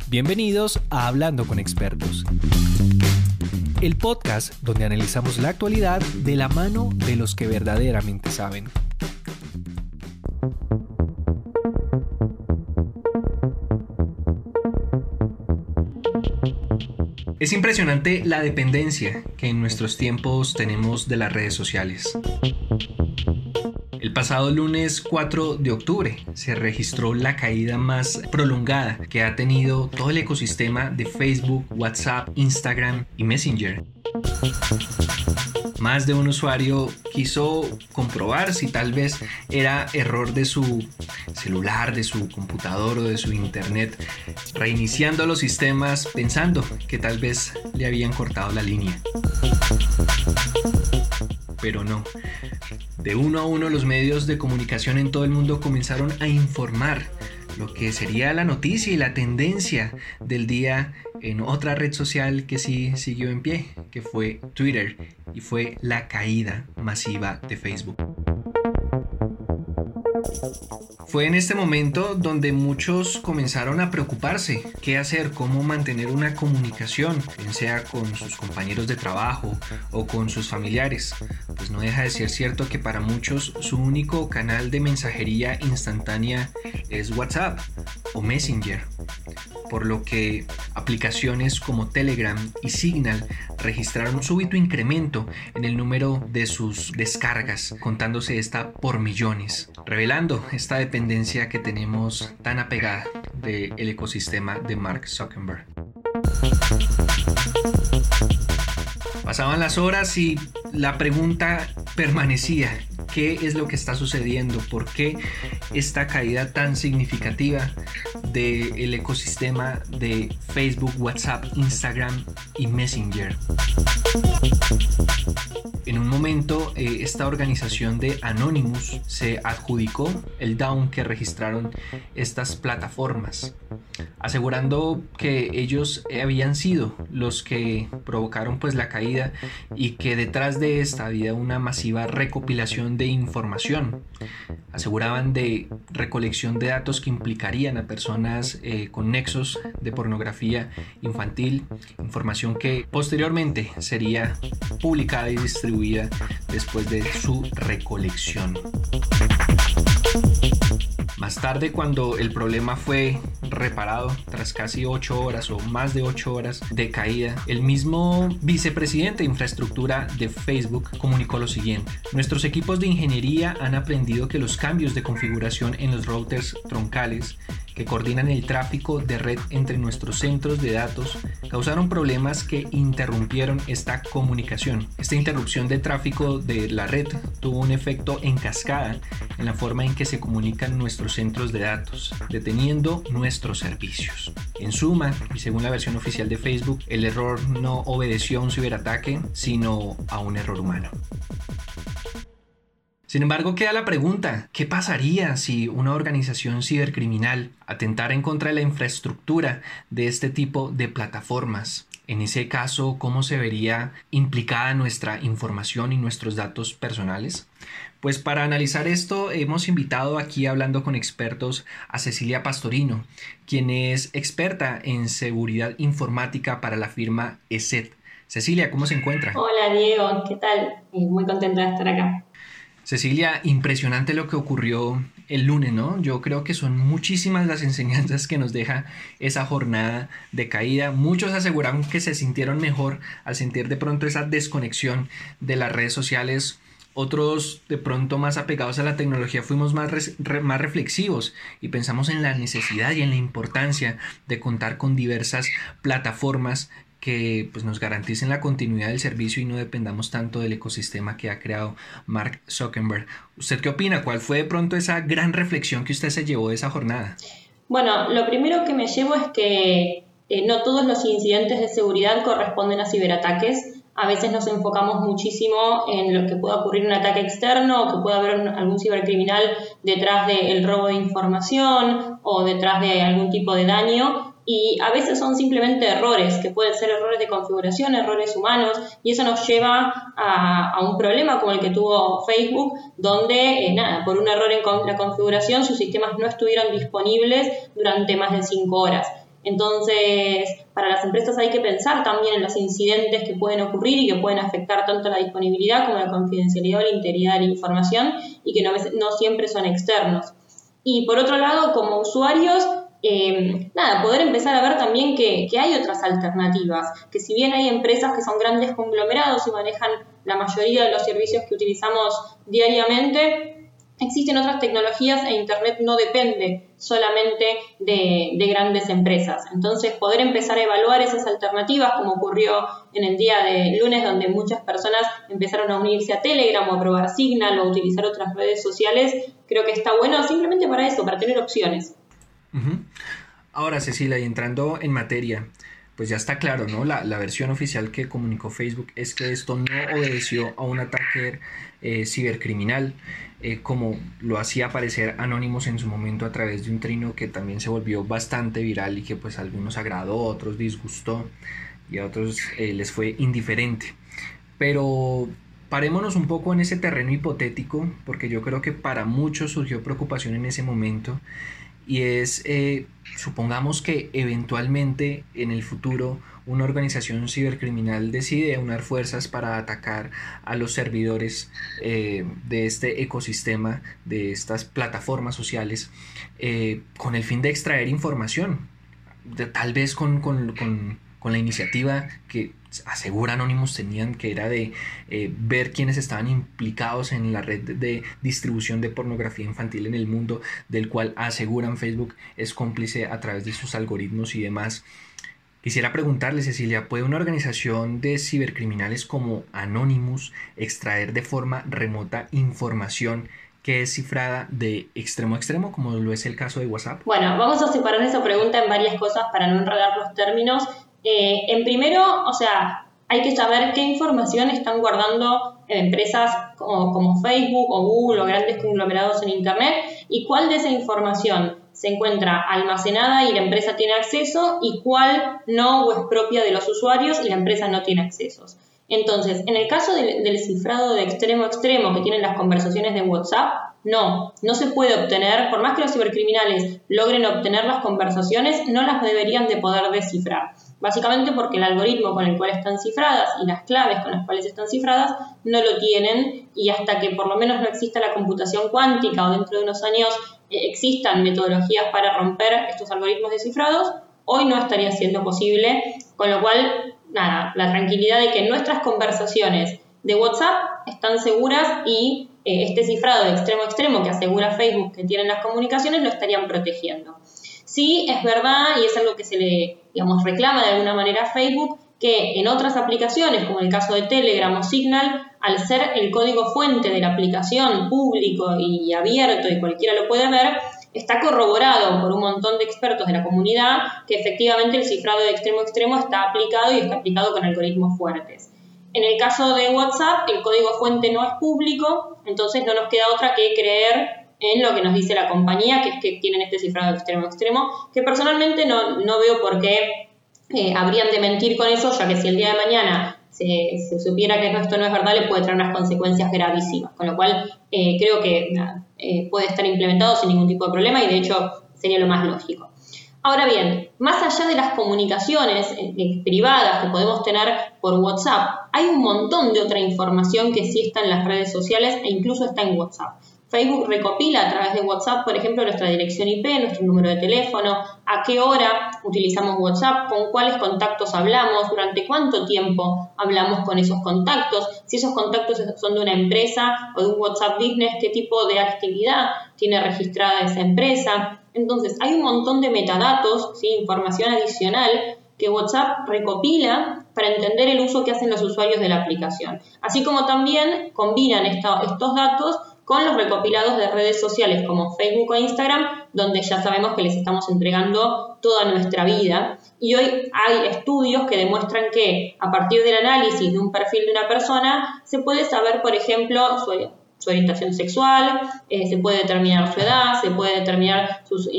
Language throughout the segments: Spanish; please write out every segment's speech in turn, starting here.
Bienvenidos a Hablando con Expertos, el podcast donde analizamos la actualidad de la mano de los que verdaderamente saben. Es impresionante la dependencia que en nuestros tiempos tenemos de las redes sociales. El pasado lunes 4 de octubre se registró la caída más prolongada que ha tenido todo el ecosistema de Facebook, WhatsApp, Instagram y Messenger. Más de un usuario quiso comprobar si tal vez era error de su celular, de su computador o de su internet, reiniciando los sistemas pensando que tal vez le habían cortado la línea. Pero no. De uno a uno los medios de comunicación en todo el mundo comenzaron a informar lo que sería la noticia y la tendencia del día en otra red social que sí siguió en pie, que fue Twitter, y fue la caída masiva de Facebook. Fue en este momento donde muchos comenzaron a preocuparse qué hacer, cómo mantener una comunicación, bien sea con sus compañeros de trabajo o con sus familiares. Pues no deja de ser cierto que para muchos su único canal de mensajería instantánea es WhatsApp o Messenger, por lo que aplicaciones como Telegram y Signal registraron un súbito incremento en el número de sus descargas, contándose esta por millones, revelando esta dependencia que tenemos tan apegada del ecosistema de Mark Zuckerberg. Pasaban las horas y la pregunta permanecía: ¿qué es lo que está sucediendo? ¿Por qué esta caída tan significativa del ecosistema de Facebook, WhatsApp, Instagram y Messenger? En un momento, esta organización de Anonymous se adjudicó el down que registraron estas plataformas, asegurando que ellos habían sido los que provocaron pues la caída y que detrás de esta había una masiva recopilación de información. Aseguraban de recolección de datos que implicarían a personas con nexos de pornografía infantil, información que posteriormente sería publicada y distribuida después de su recolección. Más tarde, cuando el problema fue reparado tras casi 8 horas o más de 8 horas de caída, el mismo vicepresidente de infraestructura de Facebook comunicó lo siguiente: nuestros equipos de ingeniería han aprendido que los cambios de configuración en los routers troncales que coordinan el tráfico de red entre nuestros centros de datos causaron problemas que interrumpieron esta comunicación. Esta interrupción de tráfico de la red tuvo un efecto en cascada en la forma en que se comunican nuestros centros de datos, deteniendo nuestros servicios. En suma, y según la versión oficial de Facebook, el error no obedeció a un ciberataque, sino a un error humano. Sin embargo, queda la pregunta: ¿qué pasaría si una organización cibercriminal atentara en contra de la infraestructura de este tipo de plataformas? En ese caso, ¿cómo se vería implicada nuestra información y nuestros datos personales? Pues para analizar esto hemos invitado aquí Hablando con Expertos a Cecilia Pastorino, quien es experta en seguridad informática para la firma ESET. Cecilia, ¿cómo se encuentra? Hola Diego, ¿qué tal? Muy contenta de estar acá. Cecilia, impresionante lo que ocurrió el lunes, ¿no? Yo creo que son muchísimas las enseñanzas que nos deja esa jornada de caída. Muchos aseguraron que se sintieron mejor al sentir de pronto esa desconexión de las redes sociales. Otros, de pronto más apegados a la tecnología, fuimos más reflexivos y pensamos en la necesidad y en la importancia de contar con diversas plataformas que pues, nos garanticen la continuidad del servicio y no dependamos tanto del ecosistema que ha creado Mark Zuckerberg. ¿Usted qué opina? ¿Cuál fue de pronto esa gran reflexión que usted se llevó de esa jornada? Bueno, lo primero que me llevo es que no todos los incidentes de seguridad corresponden a ciberataques. A veces nos enfocamos muchísimo en lo que pueda ocurrir un ataque externo o que pueda haber algún cibercriminal detrás del robo de información o detrás de algún tipo de daño. Y a veces son simplemente errores, que pueden ser errores de configuración, errores humanos, y eso nos lleva a un problema como el que tuvo Facebook, donde, por un error en la configuración, sus sistemas no estuvieron disponibles durante más de 5 horas. Entonces, para las empresas hay que pensar también en los incidentes que pueden ocurrir y que pueden afectar tanto la disponibilidad como la confidencialidad o la integridad de la información y que no siempre son externos. Y por otro lado, como usuarios, poder empezar a ver también que hay otras alternativas, que si bien hay empresas que son grandes conglomerados y manejan la mayoría de los servicios que utilizamos diariamente, existen otras tecnologías e Internet no depende solamente de grandes empresas. Entonces, poder empezar a evaluar esas alternativas, como ocurrió en el día de lunes, donde muchas personas empezaron a unirse a Telegram o a probar Signal o a utilizar otras redes sociales, creo que está bueno simplemente para eso, para tener opciones. Uh-huh. Ahora, Cecilia, y entrando en materia, pues ya está claro, ¿no? La versión oficial que comunicó Facebook es que esto no obedeció a un ataque cibercriminal, como lo hacía parecer Anonymous en su momento a través de un trino que también se volvió bastante viral y que pues a algunos agradó, a otros disgustó y a otros les fue indiferente. Pero parémonos un poco en ese terreno hipotético, porque yo creo que para muchos surgió preocupación en ese momento. Y es, supongamos que eventualmente en el futuro una organización cibercriminal decide aunar fuerzas para atacar a los servidores de este ecosistema, de estas plataformas sociales, con el fin de extraer información, tal vez con la iniciativa que asegura Anonymous tenían, que era de ver quiénes estaban implicados en la red de distribución de pornografía infantil en el mundo, del cual aseguran Facebook es cómplice a través de sus algoritmos y demás. Quisiera preguntarle, Cecilia, ¿puede una organización de cibercriminales como Anonymous extraer de forma remota información que es cifrada de extremo a extremo, como lo es el caso de WhatsApp? Bueno, vamos a separar esa pregunta en varias cosas para no enredar los términos. En primero, hay que saber qué información están guardando empresas como Facebook o Google o grandes conglomerados en Internet y cuál de esa información se encuentra almacenada y la empresa tiene acceso y cuál no o es propia de los usuarios y la empresa no tiene accesos. Entonces, en el caso del cifrado de extremo a extremo que tienen las conversaciones de WhatsApp, no se puede obtener, por más que los cibercriminales logren obtener las conversaciones, no las deberían de poder descifrar. Básicamente porque el algoritmo con el cual están cifradas y las claves con las cuales están cifradas no lo tienen, y hasta que por lo menos no exista la computación cuántica o dentro de unos años existan metodologías para romper estos algoritmos descifrados, hoy no estaría siendo posible, con lo cual, la tranquilidad de que nuestras conversaciones de WhatsApp están seguras y este cifrado de extremo a extremo que asegura Facebook que tienen las comunicaciones lo estarían protegiendo. Sí, es verdad, y es algo que se le, reclama de alguna manera a Facebook, que en otras aplicaciones, como el caso de Telegram o Signal, al ser el código fuente de la aplicación público y abierto y cualquiera lo puede ver, está corroborado por un montón de expertos de la comunidad que efectivamente el cifrado de extremo a extremo está aplicado y está aplicado con algoritmos fuertes. En el caso de WhatsApp, el código fuente no es público, entonces no nos queda otra que creer en lo que nos dice la compañía, que es que tienen este cifrado de extremo a extremo, que personalmente no veo por qué habrían de mentir con eso, ya que si el día de mañana se supiera que esto no es verdad, le puede traer unas consecuencias gravísimas, con lo cual creo que puede estar implementado sin ningún tipo de problema y de hecho sería lo más lógico. Ahora bien, más allá de las comunicaciones privadas que podemos tener por WhatsApp, hay un montón de otra información que sí está en las redes sociales e incluso está en WhatsApp. Facebook recopila a través de WhatsApp, por ejemplo, nuestra dirección IP, nuestro número de teléfono, a qué hora utilizamos WhatsApp, con cuáles contactos hablamos, durante cuánto tiempo hablamos con esos contactos, si esos contactos son de una empresa o de un WhatsApp Business, qué tipo de actividad tiene registrada esa empresa. Entonces, hay un montón de metadatos, ¿sí? Información adicional que WhatsApp recopila para entender el uso que hacen los usuarios de la aplicación. Así como también combinan estos datos con los recopilados de redes sociales como Facebook o Instagram, donde ya sabemos que les estamos entregando toda nuestra vida. Y hoy hay estudios que demuestran que a partir del análisis de un perfil de una persona, se puede saber, por ejemplo, su orientación sexual, se puede determinar su edad, se puede determinar sus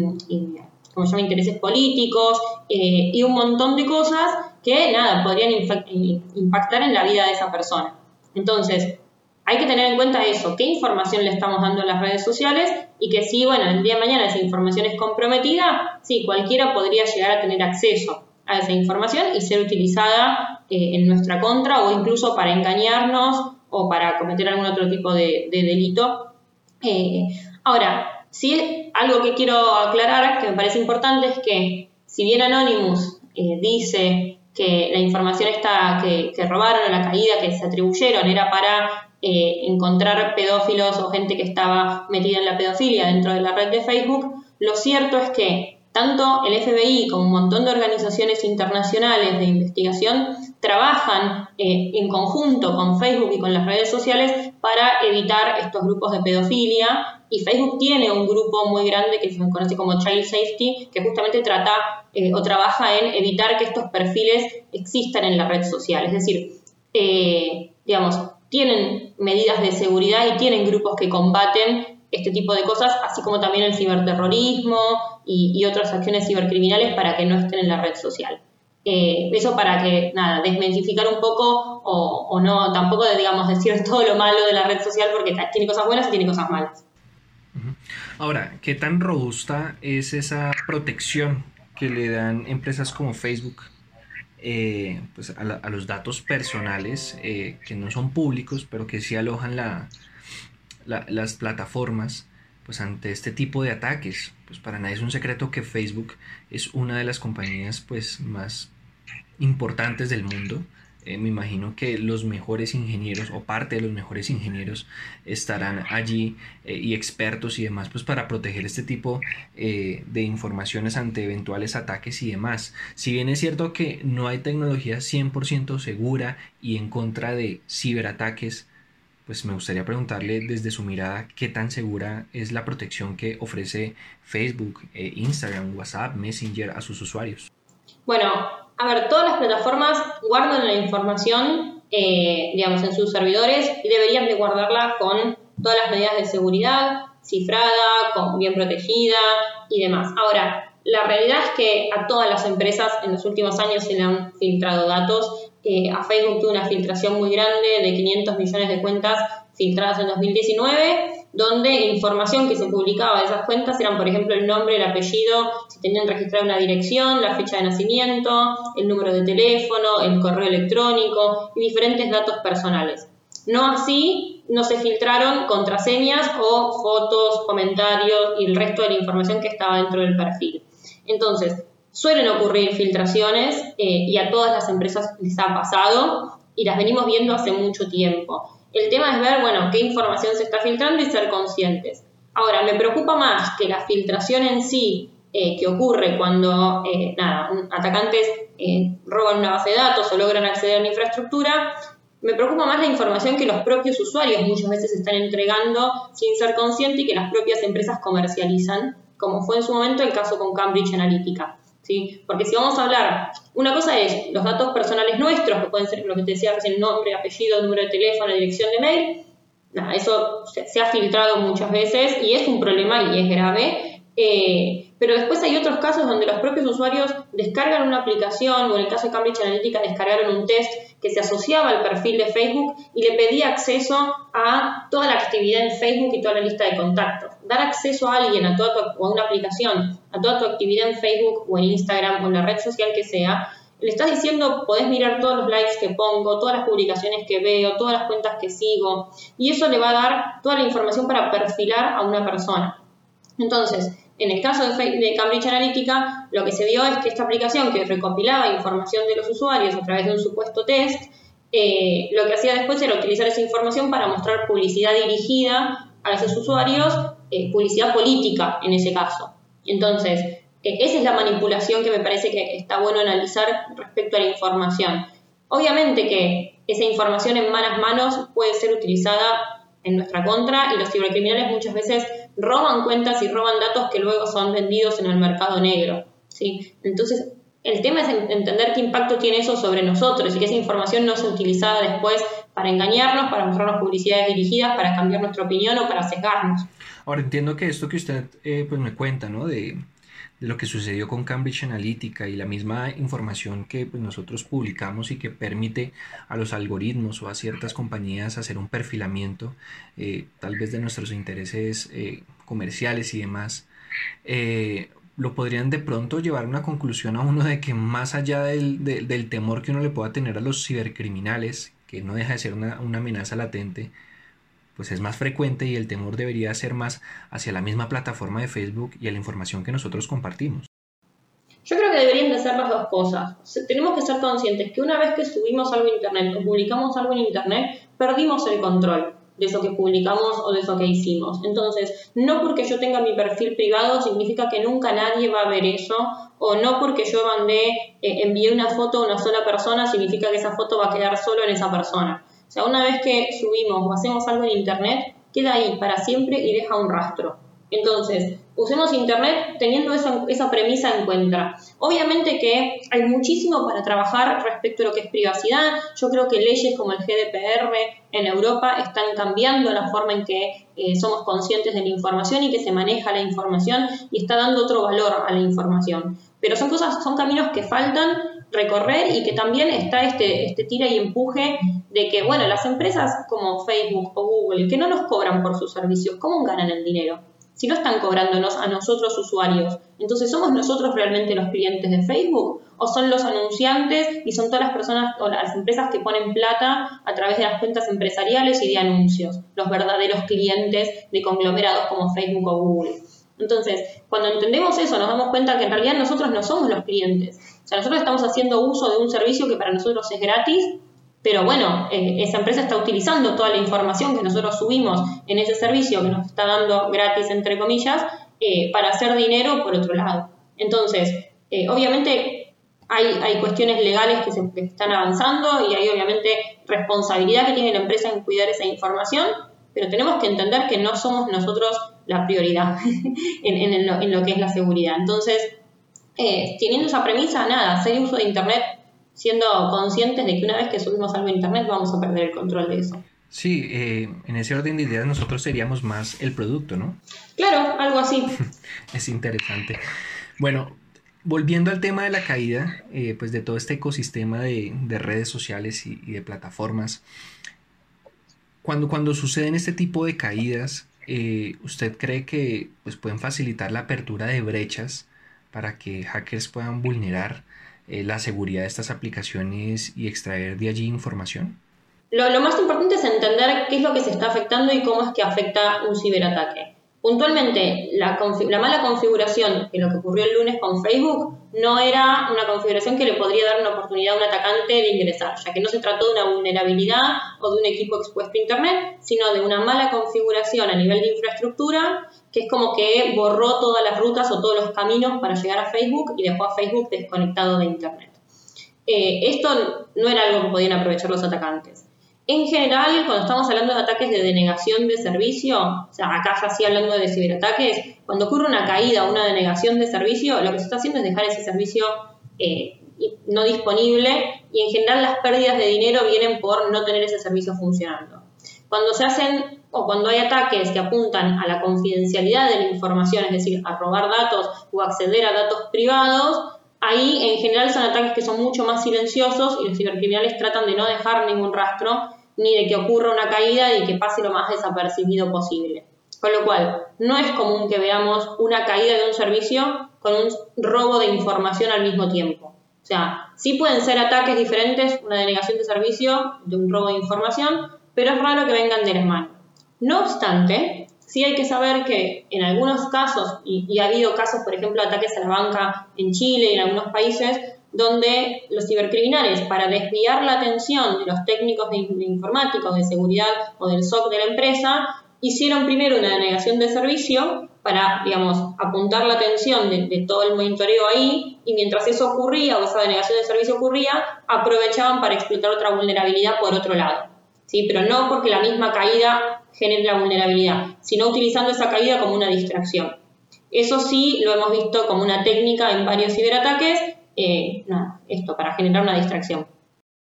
intereses políticos y un montón de cosas que podrían impactar en la vida de esa persona. Entonces, hay que tener en cuenta eso, qué información le estamos dando a las redes sociales y que si, bueno, el día de mañana esa información es comprometida, sí, cualquiera podría llegar a tener acceso a esa información y ser utilizada en nuestra contra o incluso para engañarnos o para cometer algún otro tipo de delito. Ahora, sí, algo que quiero aclarar, que me parece importante, es que si bien Anonymous dice que la información que robaron o la caída que se atribuyeron era para encontrar pedófilos o gente que estaba metida en la pedofilia dentro de la red de Facebook, lo cierto es que tanto el FBI como un montón de organizaciones internacionales de investigación trabajan en conjunto con Facebook y con las redes sociales para evitar estos grupos de pedofilia, y Facebook tiene un grupo muy grande que se conoce como Child Safety, que justamente trata o trabaja en evitar que estos perfiles existan en la red social. Es decir, tienen medidas de seguridad y tienen grupos que combaten este tipo de cosas, así como también el ciberterrorismo y otras acciones cibercriminales para que no estén en la red social. Eso para que, desmitificar un poco o no, tampoco decir todo lo malo de la red social, porque tiene cosas buenas y tiene cosas malas. Ahora, ¿qué tan robusta es esa protección que le dan empresas como Facebook pues a los datos personales que no son públicos, pero que sí alojan las plataformas pues ante este tipo de ataques? Pues para nadie es un secreto que Facebook es una de las compañías pues más importantes del mundo. Me imagino que los mejores ingenieros o parte de los mejores ingenieros estarán allí y expertos y demás pues para proteger este tipo de informaciones ante eventuales ataques y demás. Si bien es cierto que no hay tecnología 100% segura y en contra de ciberataques, pues me gustaría preguntarle desde su mirada qué tan segura es la protección que ofrece Facebook, Instagram, WhatsApp, Messenger a sus usuarios. Bueno, a ver, todas las plataformas guardan la información, en sus servidores y deberían de guardarla con todas las medidas de seguridad, cifrada, bien protegida y demás. Ahora, la realidad es que a todas las empresas en los últimos años se le han filtrado datos. A Facebook tuvo una filtración muy grande de 500 millones de cuentas filtradas en 2019, donde información que se publicaba de esas cuentas eran, por ejemplo, el nombre, el apellido, si tenían registrada una dirección, la fecha de nacimiento, el número de teléfono, el correo electrónico y diferentes datos personales. No así, no se filtraron contraseñas o fotos, comentarios y el resto de la información que estaba dentro del perfil. Entonces, suelen ocurrir filtraciones y a todas las empresas les ha pasado y las venimos viendo hace mucho tiempo. El tema es ver, qué información se está filtrando y ser conscientes. Ahora, me preocupa más que la filtración en sí, que ocurre cuando atacantes roban una base de datos o logran acceder a la infraestructura. Me preocupa más la información que los propios usuarios muchas veces están entregando sin ser conscientes y que las propias empresas comercializan, como fue en su momento el caso con Cambridge Analytica. ¿Sí? Porque si vamos a hablar, una cosa es los datos personales nuestros, que pueden ser lo que te decía recién, nombre, apellido, número de teléfono, dirección de mail. Eso se ha filtrado muchas veces y es un problema y es grave. Pero después hay otros casos donde los propios usuarios descargan una aplicación, o en el caso de Cambridge Analytica descargaron un test que se asociaba al perfil de Facebook y le pedía acceso a toda la actividad en Facebook y toda la lista de contactos. Dar acceso a alguien, o a una aplicación, a toda tu actividad en Facebook o en Instagram o en la red social que sea, le estás diciendo, podés mirar todos los likes que pongo, todas las publicaciones que veo, todas las cuentas que sigo, y eso le va a dar toda la información para perfilar a una persona. Entonces, en el caso de Cambridge Analytica, lo que se vio es que esta aplicación que recopilaba información de los usuarios a través de un supuesto test, lo que hacía después era utilizar esa información para mostrar publicidad dirigida a esos usuarios, publicidad política en ese caso. Entonces, esa es la manipulación que me parece que está bueno analizar respecto a la información. Obviamente que esa información en malas manos puede ser utilizada en nuestra contra y los cibercriminales muchas veces roban cuentas y roban datos que luego son vendidos en el mercado negro, ¿sí? Entonces, el tema es entender qué impacto tiene eso sobre nosotros y que esa información no sea utilizada después para engañarnos, para mostrarnos publicidades dirigidas, para cambiar nuestra opinión o para sesgarnos. Ahora entiendo que esto que usted pues me cuenta, ¿no? De de lo que sucedió con Cambridge Analytica y la misma información que pues, nosotros publicamos y que permite a los algoritmos o a ciertas compañías hacer un perfilamiento tal vez de nuestros intereses comerciales y demás, lo podrían de pronto llevar a una conclusión a uno de que más allá del temor que uno le pueda tener a los cibercriminales, que no deja de ser una amenaza latente, pues es más frecuente y el temor debería ser más hacia la misma plataforma de Facebook y a la información que nosotros compartimos. Yo creo que deberían de ser las dos cosas. Tenemos que ser conscientes que una vez que subimos algo a Internet o publicamos algo en Internet, perdimos el control de eso que publicamos o de eso que hicimos. Entonces, no porque yo tenga mi perfil privado significa que nunca nadie va a ver eso, o no porque yo envié una foto a una sola persona significa que esa foto va a quedar solo en esa persona. O sea, una vez que subimos o hacemos algo en Internet, queda ahí para siempre y deja un rastro. Entonces, usemos Internet teniendo esa premisa en cuenta. Obviamente que hay muchísimo para trabajar respecto a lo que es privacidad. Yo creo que leyes como el GDPR en Europa están cambiando la forma en que somos conscientes de la información y que se maneja la información y está dando otro valor a la información. Pero son caminos que faltan recorrer y que también está este tira y empuje de que, bueno, las empresas como Facebook o Google, que no nos cobran por sus servicios, ¿cómo ganan el dinero? Si no están cobrándonos a nosotros usuarios, entonces ¿somos nosotros realmente los clientes de Facebook? ¿O son los anunciantes y son todas las personas o las empresas que ponen plata a través de las cuentas empresariales y de anuncios, los verdaderos clientes de conglomerados como Facebook o Google? Entonces, cuando entendemos eso, nos damos cuenta que en realidad nosotros no somos los clientes. O sea, nosotros estamos haciendo uso de un servicio que para nosotros es gratis, pero bueno, esa empresa está utilizando toda la información que nosotros subimos en ese servicio que nos está dando gratis, entre comillas, para hacer dinero por otro lado. Entonces, obviamente hay cuestiones legales que están avanzando y hay obviamente responsabilidad que tiene la empresa en cuidar esa información, pero tenemos que entender que no somos nosotros la prioridad en lo que es la seguridad. Entonces, teniendo esa premisa, nada, hacer uso de Internet siendo conscientes de que una vez que subimos algo a Internet vamos a perder el control de eso. Sí, en ese orden de ideas nosotros seríamos más el producto, ¿no? Claro, algo así. Es interesante. Bueno, volviendo al tema de la caída, pues de todo este ecosistema de redes sociales y de plataformas, cuando suceden este tipo de caídas, ¿usted cree que pues, pueden facilitar la apertura de brechas para que hackers puedan vulnerar la seguridad de estas aplicaciones y extraer de allí información? Lo más importante es entender qué es lo que se está afectando y cómo es que afecta un ciberataque. Puntualmente, la mala configuración, que lo que ocurrió el lunes con Facebook, no era una configuración que le podría dar una oportunidad a un atacante de ingresar, ya que no se trató de una vulnerabilidad o de un equipo expuesto a Internet, sino de una mala configuración a nivel de infraestructura, que es como que borró todas las rutas o todos los caminos para llegar a Facebook y dejó a Facebook desconectado de Internet. Esto no era algo que podían aprovechar los atacantes. En general, cuando estamos hablando de ataques de denegación de servicio, o sea, acá ya sí hablando de ciberataques, cuando ocurre una caída o una denegación de servicio, lo que se está haciendo es dejar ese servicio no disponible y en general las pérdidas de dinero vienen por no tener ese servicio funcionando. Cuando se hacen o cuando hay ataques que apuntan a la confidencialidad de la información, es decir, a robar datos o acceder a datos privados, ahí en general son ataques que son mucho más silenciosos y los cibercriminales tratan de no dejar ningún rastro ni de que ocurra una caída y que pase lo más desapercibido posible. Con lo cual, no es común que veamos una caída de un servicio con un robo de información al mismo tiempo. O sea, sí pueden ser ataques diferentes, una denegación de servicio, de un robo de información, pero es raro que vengan de la mano. No obstante, sí hay que saber que en algunos casos, y ha habido casos, por ejemplo, de ataques a la banca en Chile y en algunos países, donde los cibercriminales, para desviar la atención de los técnicos de informáticos, de seguridad o del SOC de la empresa, hicieron primero una denegación de servicio para, digamos, apuntar la atención de todo el monitoreo ahí, y mientras eso ocurría o esa denegación de servicio ocurría, aprovechaban para explotar otra vulnerabilidad por otro lado. ¿Sí? Pero no porque la misma caída genere la vulnerabilidad, sino utilizando esa caída como una distracción. Eso sí lo hemos visto como una técnica en varios ciberataques, esto para generar una distracción.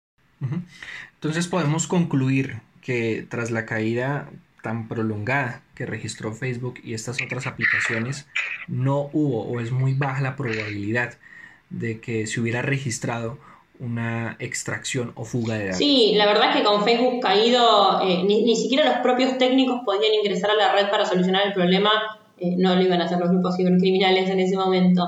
Entonces podemos concluir que tras la caída tan prolongada que registró Facebook y estas otras aplicaciones, no hubo o es muy baja la probabilidad de que se hubiera registrado una extracción o fuga de datos. Sí, la verdad es que con Facebook caído, ni siquiera los propios técnicos podían ingresar a la red para solucionar el problema, no lo iban a hacer los grupos cibercriminales en ese momento.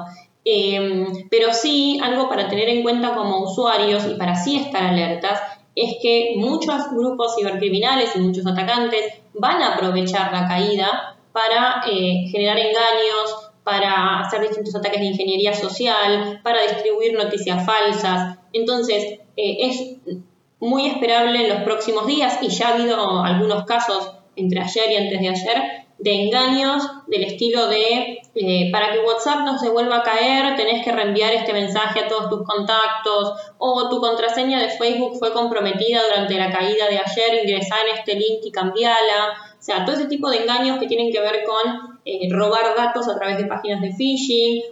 Pero sí, algo para tener en cuenta como usuarios y para sí estar alertas, es que muchos grupos cibercriminales y muchos atacantes van a aprovechar la caída para generar engaños, para hacer distintos ataques de ingeniería social, para distribuir noticias falsas. Entonces, es muy esperable en los próximos días, y ya ha habido algunos casos entre ayer y antes de ayer, de engaños del estilo de para que WhatsApp no se vuelva a caer, tenés que reenviar este mensaje a todos tus contactos, o tu contraseña de Facebook fue comprometida durante la caída de ayer, ingresá en este link y cambiala. O sea, todo ese tipo de engaños que tienen que ver con robar datos a través de páginas de phishing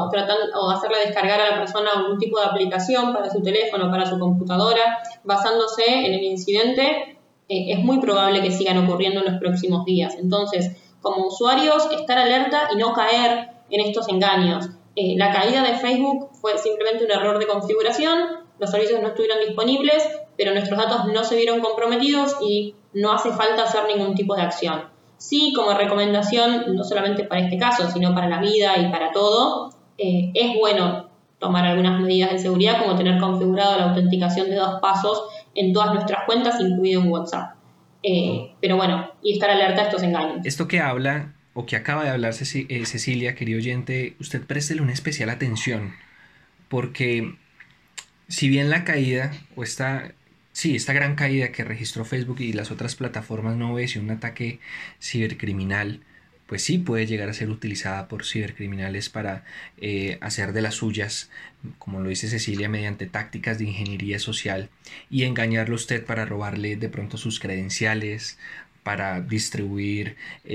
o hacerle descargar a la persona algún tipo de aplicación para su teléfono, para su computadora, basándose en el incidente, es muy probable que sigan ocurriendo en los próximos días. Entonces, como usuarios, estar alerta y no caer en estos engaños. La caída de Facebook fue simplemente un error de configuración, los servicios no estuvieron disponibles, pero nuestros datos no se vieron comprometidos y no hace falta hacer ningún tipo de acción. Sí, como recomendación, no solamente para este caso, sino para la vida y para todo, es bueno tomar algunas medidas de seguridad, como tener configurado la autenticación de 2 pasos en todas nuestras cuentas, incluido en WhatsApp. Pero bueno, y estar alerta a estos engaños. Esto que habla o que acaba de hablar Cecilia, querido oyente, usted préstele una especial atención, porque si bien la caída o esta gran caída que registró Facebook y las otras plataformas no obedeció un ataque cibercriminal, pues sí puede llegar a ser utilizada por cibercriminales para hacer de las suyas, como lo dice Cecilia, mediante tácticas de ingeniería social y engañarlo a usted para robarle de pronto sus credenciales, para distribuir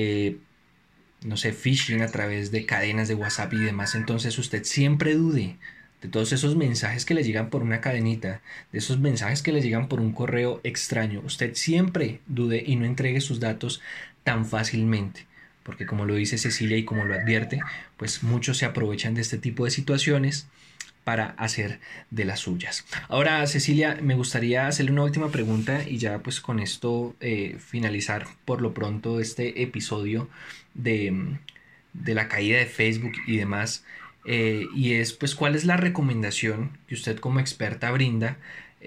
phishing a través de cadenas de WhatsApp y demás. Entonces usted siempre dude de todos esos mensajes que le llegan por una cadenita, de esos mensajes que le llegan por un correo extraño. Usted siempre dude y no entregue sus datos tan fácilmente, porque como lo dice Cecilia y como lo advierte, pues muchos se aprovechan de este tipo de situaciones para hacer de las suyas. Ahora, Cecilia, me gustaría hacerle una última pregunta y ya pues con esto finalizar por lo pronto este episodio de la caída de Facebook y demás. Y es pues cuál es la recomendación que usted como experta brinda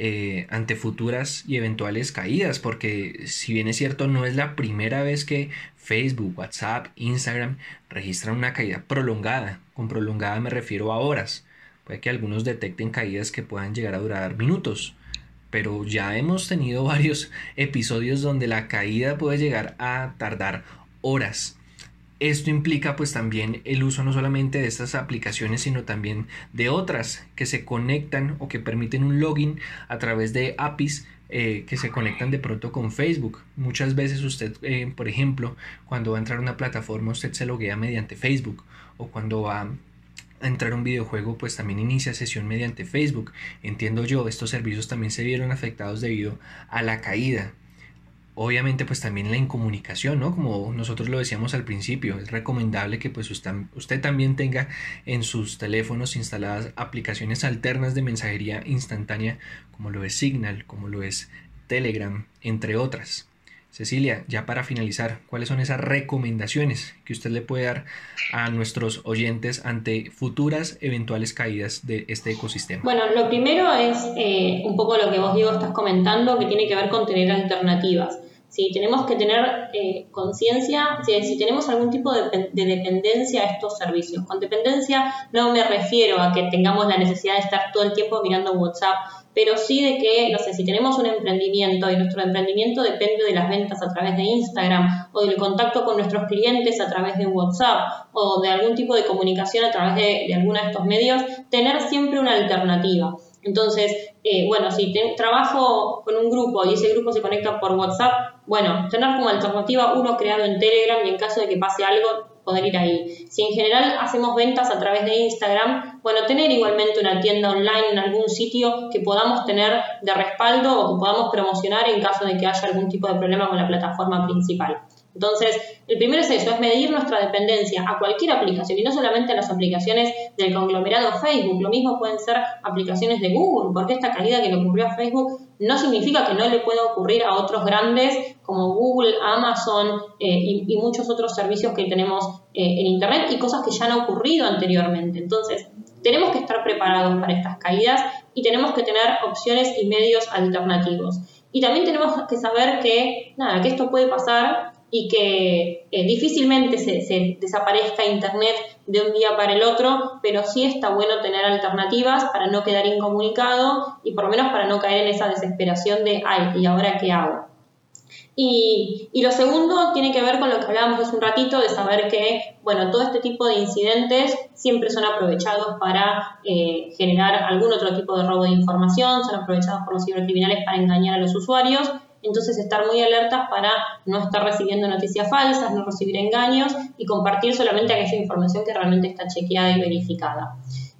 ante futuras y eventuales caídas, porque si bien es cierto no es la primera vez que Facebook, WhatsApp, Instagram registran una caída prolongada. Con prolongada me refiero a horas. Puede que algunos detecten caídas que puedan llegar a durar minutos, pero ya hemos tenido varios episodios donde la caída puede llegar a tardar horas. Esto implica pues también el uso no solamente de estas aplicaciones, sino también de otras que se conectan o que permiten un login a través de APIs que se conectan de pronto con Facebook. Muchas veces usted, por ejemplo, cuando va a entrar a una plataforma, usted se loguea mediante Facebook, o cuando va a entrar a un videojuego, pues también inicia sesión mediante Facebook. Entiendo yo, estos servicios también se vieron afectados debido a la caída. Obviamente pues también la incomunicación, ¿no? Como nosotros lo decíamos al principio, es recomendable que pues usted también tenga en sus teléfonos instaladas aplicaciones alternas de mensajería instantánea, como lo es Signal, como lo es Telegram, entre otras. Cecilia, ya para finalizar, ¿cuáles son esas recomendaciones que usted le puede dar a nuestros oyentes ante futuras eventuales caídas de este ecosistema? Bueno, lo primero es un poco lo que vos, Diego, estás comentando, que tiene que ver con tener alternativas. ¿Sí? Tenemos que tener conciencia si tenemos algún tipo de dependencia a estos servicios. Con dependencia no me refiero a que tengamos la necesidad de estar todo el tiempo mirando WhatsApp, pero sí de que, si tenemos un emprendimiento y nuestro emprendimiento depende de las ventas a través de Instagram o del contacto con nuestros clientes a través de WhatsApp o de algún tipo de comunicación a través de alguno de estos medios, tener siempre una alternativa. Entonces, si trabajo con un grupo y ese grupo se conecta por WhatsApp, tener como alternativa uno creado en Telegram y en caso de que pase algo, poder ir ahí. Si en general hacemos ventas a través de Instagram, tener igualmente una tienda online en algún sitio que podamos tener de respaldo o que podamos promocionar en caso de que haya algún tipo de problema con la plataforma principal. Entonces, el primero es eso, es medir nuestra dependencia a cualquier aplicación y no solamente a las aplicaciones del conglomerado Facebook. Lo mismo pueden ser aplicaciones de Google, porque esta caída que le ocurrió a Facebook no significa que no le pueda ocurrir a otros grandes como Google, Amazon y muchos otros servicios que tenemos en Internet y cosas que ya han ocurrido anteriormente. Entonces, tenemos que estar preparados para estas caídas y tenemos que tener opciones y medios alternativos. Y también tenemos que saber que esto puede pasar y que difícilmente se desaparezca Internet de un día para el otro, pero sí está bueno tener alternativas para no quedar incomunicado y por lo menos para no caer en esa desesperación de ¿y ahora qué hago? Y lo segundo tiene que ver con lo que hablábamos hace un ratito, de saber que, todo este tipo de incidentes siempre son aprovechados para generar algún otro tipo de robo de información, son aprovechados por los cibercriminales para engañar a los usuarios. Entonces, estar muy alertas para no estar recibiendo noticias falsas, no recibir engaños y compartir solamente aquella información que realmente está chequeada y verificada.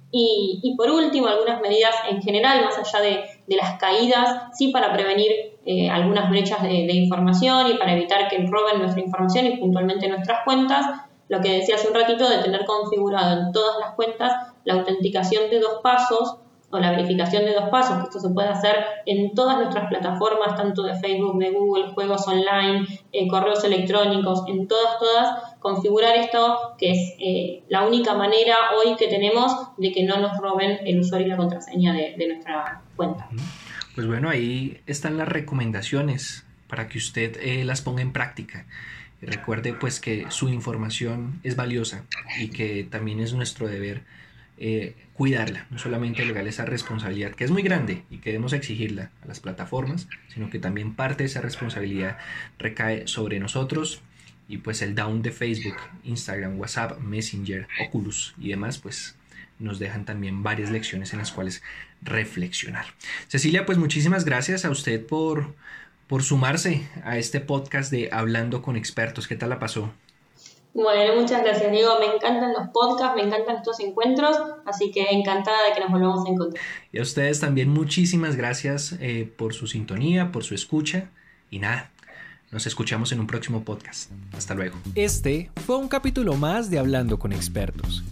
Y por último, algunas medidas en general, más allá de las caídas, sí para prevenir algunas brechas de información y para evitar que roben nuestra información y puntualmente nuestras cuentas. Lo que decía hace un ratito de tener configurado en todas las cuentas la autenticación de 2 pasos o la verificación de 2 pasos, que esto se puede hacer en todas nuestras plataformas, tanto de Facebook, de Google, juegos online, correos electrónicos, en todas, configurar esto, que es la única manera hoy que tenemos de que no nos roben el usuario y la contraseña de nuestra cuenta. Pues bueno, ahí están las recomendaciones para que usted las ponga en práctica. Y recuerde pues que su información es valiosa y que también es nuestro deber cuidarla. No solamente legal esa responsabilidad, que es muy grande y que debemos exigirla a las plataformas, sino que también parte de esa responsabilidad recae sobre nosotros. Y pues el down de Facebook, Instagram, WhatsApp, Messenger, Oculus y demás, pues nos dejan también varias lecciones en las cuales reflexionar. Cecilia, pues muchísimas gracias a usted por sumarse a este podcast de Hablando con Expertos. ¿Qué tal la pasó? Bueno, muchas gracias, Diego. Me encantan los podcasts, me encantan estos encuentros, así que encantada de que nos volvamos a encontrar. Y a ustedes también muchísimas gracias por su sintonía, por su escucha y nada. Nos escuchamos en un próximo podcast. Hasta luego. Este fue un capítulo más de Hablando con Expertos.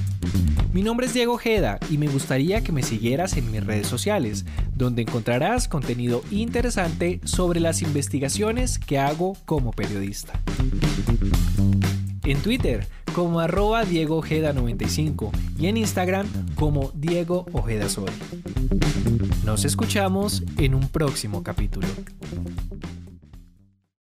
Mi nombre es Diego Ojeda y me gustaría que me siguieras en mis redes sociales, donde encontrarás contenido interesante sobre las investigaciones que hago como periodista. En Twitter como @DiegoOjeda95 y en Instagram como Diego Ojeda Soy. Nos escuchamos en un próximo capítulo.